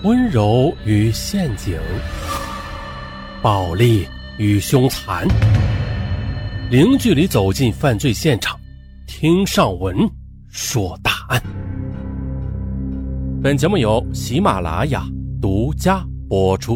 温柔与陷阱，暴力与凶残，零距离走进犯罪现场，听上文说大案。本节目由喜马拉雅独家播出。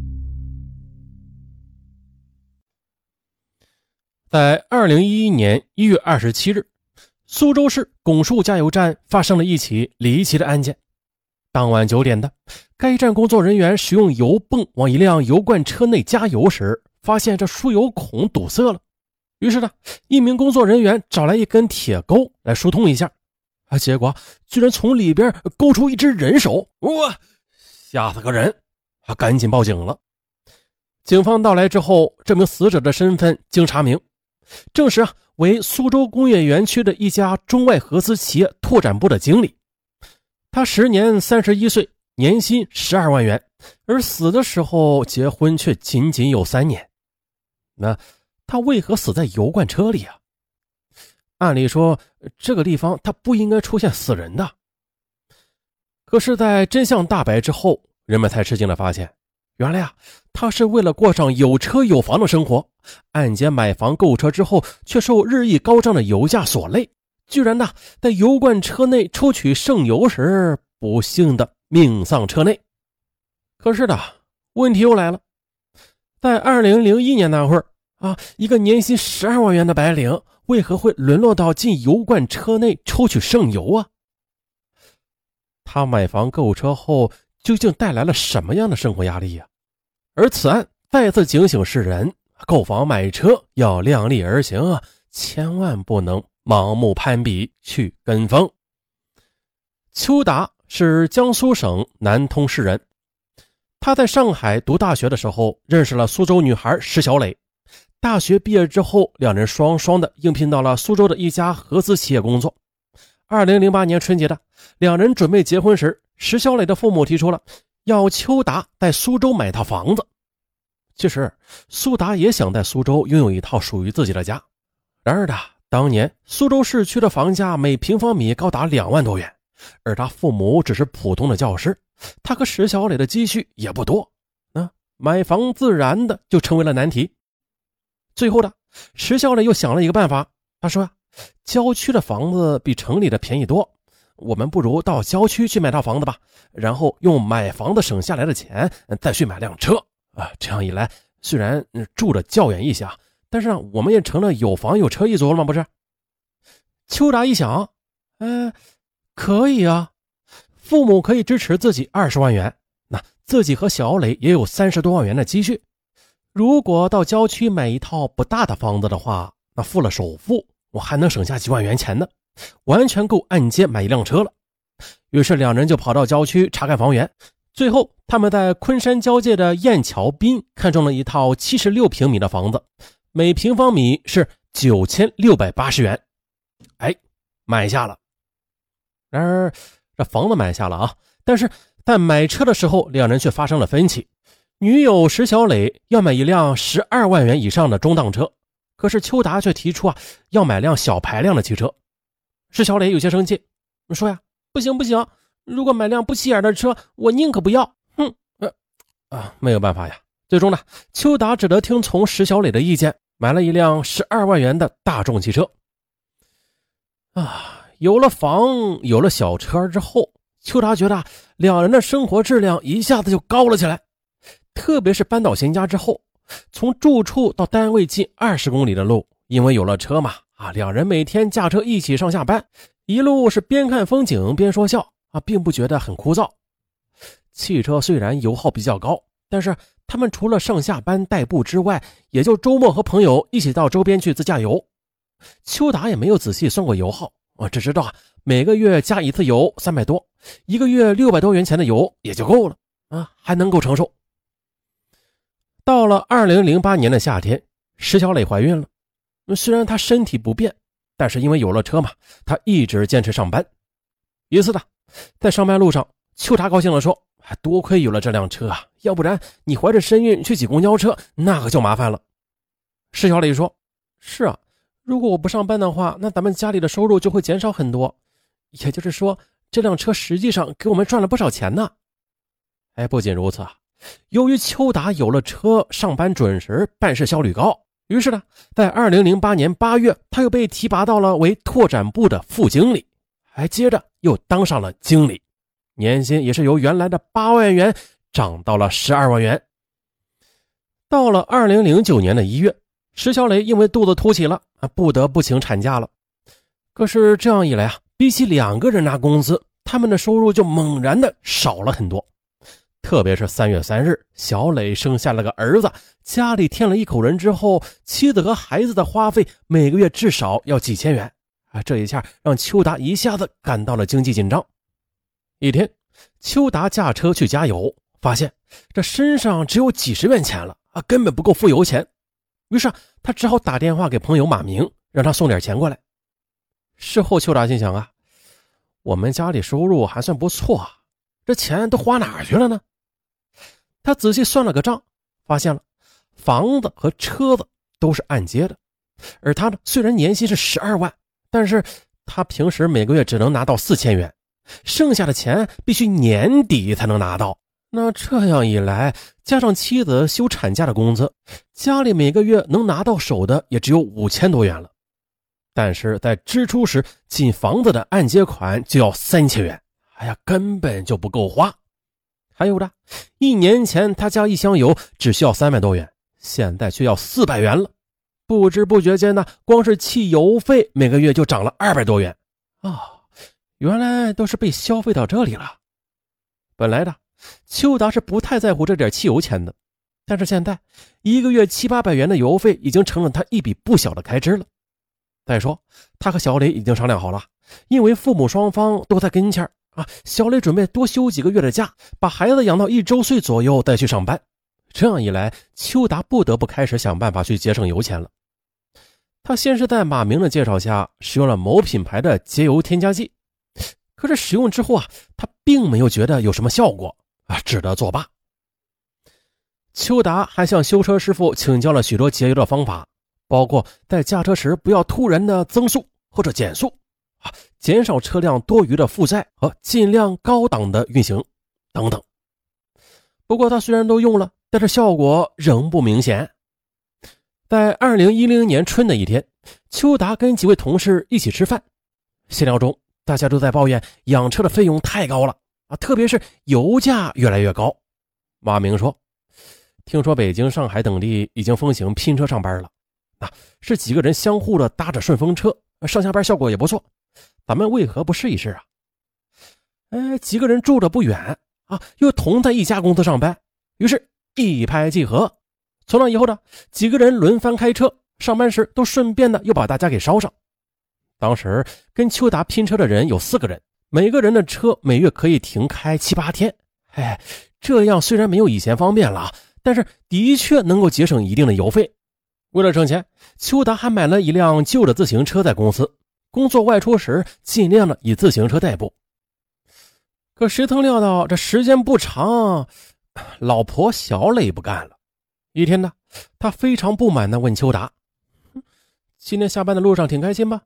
在2011年1月27日，苏州市拱墅加油站发生了一起离奇的案件。当晚9点的，该站工作人员使用油泵往一辆油罐车内加油时，发现这输油孔堵塞了。于是呢，一名工作人员找来一根铁钩来疏通一下，结果居然从里边勾出一只人手，哇，吓死个人，赶紧报警了。警方到来之后，这名死者的身份经查明，证实为苏州工业园区的一家中外合资企业拓展部的经理。他时年31岁，年薪12万元，而死的时候结婚却仅仅有3年。那他为何死在油罐车里啊？按理说这个地方他不应该出现死人的。可是在真相大白之后，人们才吃惊地发现，原来他是为了过上有车有房的生活，按揭买房购车之后，却受日益高涨的油价所累，居然在油罐车内抽取剩油时，不幸的命丧车内。可是问题又来了，在2001年那会儿一个年薪12万元的白领，为何会沦落到进油罐车内抽取剩油啊？他买房购车后究竟带来了什么样的生活压力呀？而此案再次警醒世人，购房买车要量力而行千万不能盲目攀比去跟风。邱达是江苏省南通市人，他在上海读大学的时候认识了苏州女孩石小磊。大学毕业之后，两人双双的应聘到了苏州的一家合资企业工作。2008年春节的，两人准备结婚时，石小磊的父母提出了要邱达在苏州买套房子。其实苏达也想在苏州拥有一套属于自己的家，然而当年苏州市区的房价每平方米高达2万多元，而他父母只是普通的教师，他和石小磊的积蓄也不多，买房自然的就成为了难题。最后石小磊又想了一个办法，他说郊区的房子比城里的便宜多，我们不如到郊区去买套房子吧，然后用买房子省下来的钱再去买辆车这样一来，虽然住着较远一些但是我们也成了有房有车一族了吗？不是？邱达一想，可以父母可以支持自己20万元，那自己和小磊也有30多万元的积蓄。如果到郊区买一套不大的房子的话，那付了首付，我还能省下几万元钱呢，完全够按揭买一辆车了。于是两人就跑到郊区查看房源，最后他们在昆山交界的雁桥滨看中了一套76平米的房子，每平方米是9680元，买下了。然而这房子买下了但是在买车的时候，两人却发生了分歧。女友石小磊要买一辆12万元以上的中档车，可是邱达却提出要买辆小排量的汽车。石小磊有些生气，说不行，如果买辆不起眼的车，我宁可不要。没有办法呀。最终邱达只得听从石小磊的意见，买了一辆12万元的大众汽车。有了房，有了小车之后，邱达觉得两人的生活质量一下子就高了起来。特别是搬到新家之后，从住处到单位近20公里的路，因为有了车嘛，两人每天驾车一起上下班，一路是边看风景边说笑并不觉得很枯燥。汽车虽然油耗比较高，但是他们除了上下班代步之外，也就周末和朋友一起到周边去自驾游。邱达也没有仔细算过油耗，我只知道每个月加一次油300多，一个月600多元钱的油也就够了还能够承受。到了2008年的夏天，石小磊怀孕了。虽然她身体不便，但是因为有了车嘛，她一直坚持上班。一次在上班路上，邱达高兴地说，多亏有了这辆车要不然你怀着身孕去挤公交车，那可就麻烦了。石小磊说，是如果我不上班的话，那咱们家里的收入就会减少很多，也就是说这辆车实际上给我们赚了不少钱呢。 不仅如此啊，由于邱达有了车，上班准时，办事效率高，于是呢，在2008年8月，他又被提拔到了为拓展部的副经理，还接着又当上了经理，年薪也是由原来的8万元涨到了12万元。到了2009年的1月，石小磊因为肚子凸起了，不得不请产假了。可是这样一来啊，比起2个人拿工资，他们的收入就猛然的少了很多。特别是3月3日，小磊生下了个儿子，家里添了1口人之后，妻子和孩子的花费每个月至少要几千元这一下让邱达一下子感到了经济紧张。一天，邱达驾车去加油，发现这身上只有几十元钱了根本不够付油钱。于是他只好打电话给朋友马明，让他送点钱过来。事后邱达心想我们家里收入还算不错这钱都花哪儿去了呢？他仔细算了个账，发现了房子和车子都是按揭的，而他呢，虽然年薪是12万，但是他平时每个月只能拿到4000元，剩下的钱必须年底才能拿到。那这样一来，加上妻子休产假的工资，家里每个月能拿到手的也只有5000多元了。但是在支出时，仅房子的按揭款就要3000元，根本就不够花。还有的，1年前他加一箱油只需要3万多元，现在却要400元了。不知不觉间呢，光是汽油费每个月就涨了200多元原来都是被消费到这里了。本来的邱达是不太在乎这点汽油钱的，但是现在1个月700-800元的油费已经成了他一笔不小的开支了。再说他和小磊已经商量好了，因为父母双方都在跟前小磊准备多休几个月的假，把孩子养到1周岁左右再去上班。这样一来，邱达不得不开始想办法去节省油钱了。他先是在马明的介绍下使用了某品牌的节油添加剂，可是使用之后他并没有觉得有什么效果只得作罢。邱达还向修车师傅请教了许多节油的方法，包括在驾车时不要突然的增速或者减速减少车辆多余的负载和尽量高档的运行等等。不过他虽然都用了，但是效果仍不明显。在2010年春的一天，邱达跟几位同事一起吃饭，闲聊中大家都在抱怨养车的费用太高了特别是油价越来越高。马明说，听说北京、上海等地已经风行拼车上班了是几个人相互的搭着顺风车，上下班效果也不错，咱们为何不试一试几个人住着不远又同在一家公司上班，于是一拍即合。从那以后呢，几个人轮番开车，上班时都顺便的又把大家给捎上。当时跟邱达拼车的人有4个人，每个人的车每月可以停开7-8天。这样虽然没有以前方便了，但是的确能够节省一定的油费。为了省钱，邱达还买了一辆旧的自行车在公司，工作外出时尽量的以自行车代步。可谁曾料到这时间不长，老婆小磊不干了。一天呢，他非常不满地问邱达，今天下班的路上挺开心吧？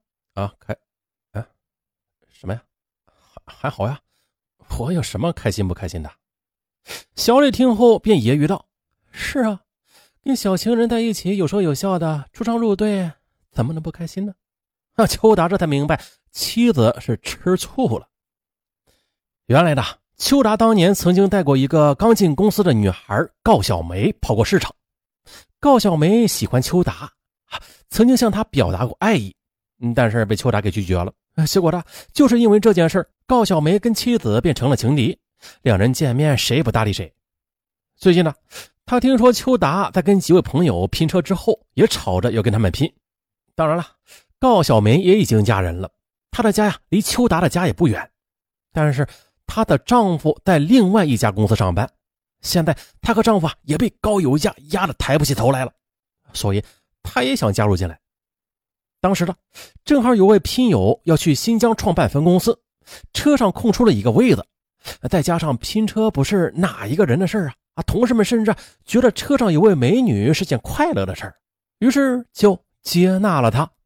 什么呀？还好呀，我有什么开心不开心的？小磊听后便揶揄道，是啊，跟小情人在一起有说有笑的，出双入对，怎么能不开心呢？邱达这才明白妻子是吃醋了。原来的邱达当年曾经带过一个刚进公司的女孩高小梅跑过市场。高小梅喜欢邱达，曾经向他表达过爱意，但是被邱达给拒绝了。结果呢，就是因为这件事，高小梅跟妻子变成了情敌，两人见面谁也不搭理谁。最近呢，他听说邱达在跟几位朋友拼车之后，也吵着要跟他们拼。当然了，高小梅也已经嫁人了，她的家离邱达的家也不远，但是她的丈夫在另外一家公司上班，现在她和丈夫也被高油价压得抬不起头来了，所以她也想加入进来。当时呢，正好有位拼友要去新疆创办分公司，车上空出了一个位子，再加上拼车不是哪一个人的事同事们甚至觉得车上有位美女是件快乐的事，于是就接纳了她。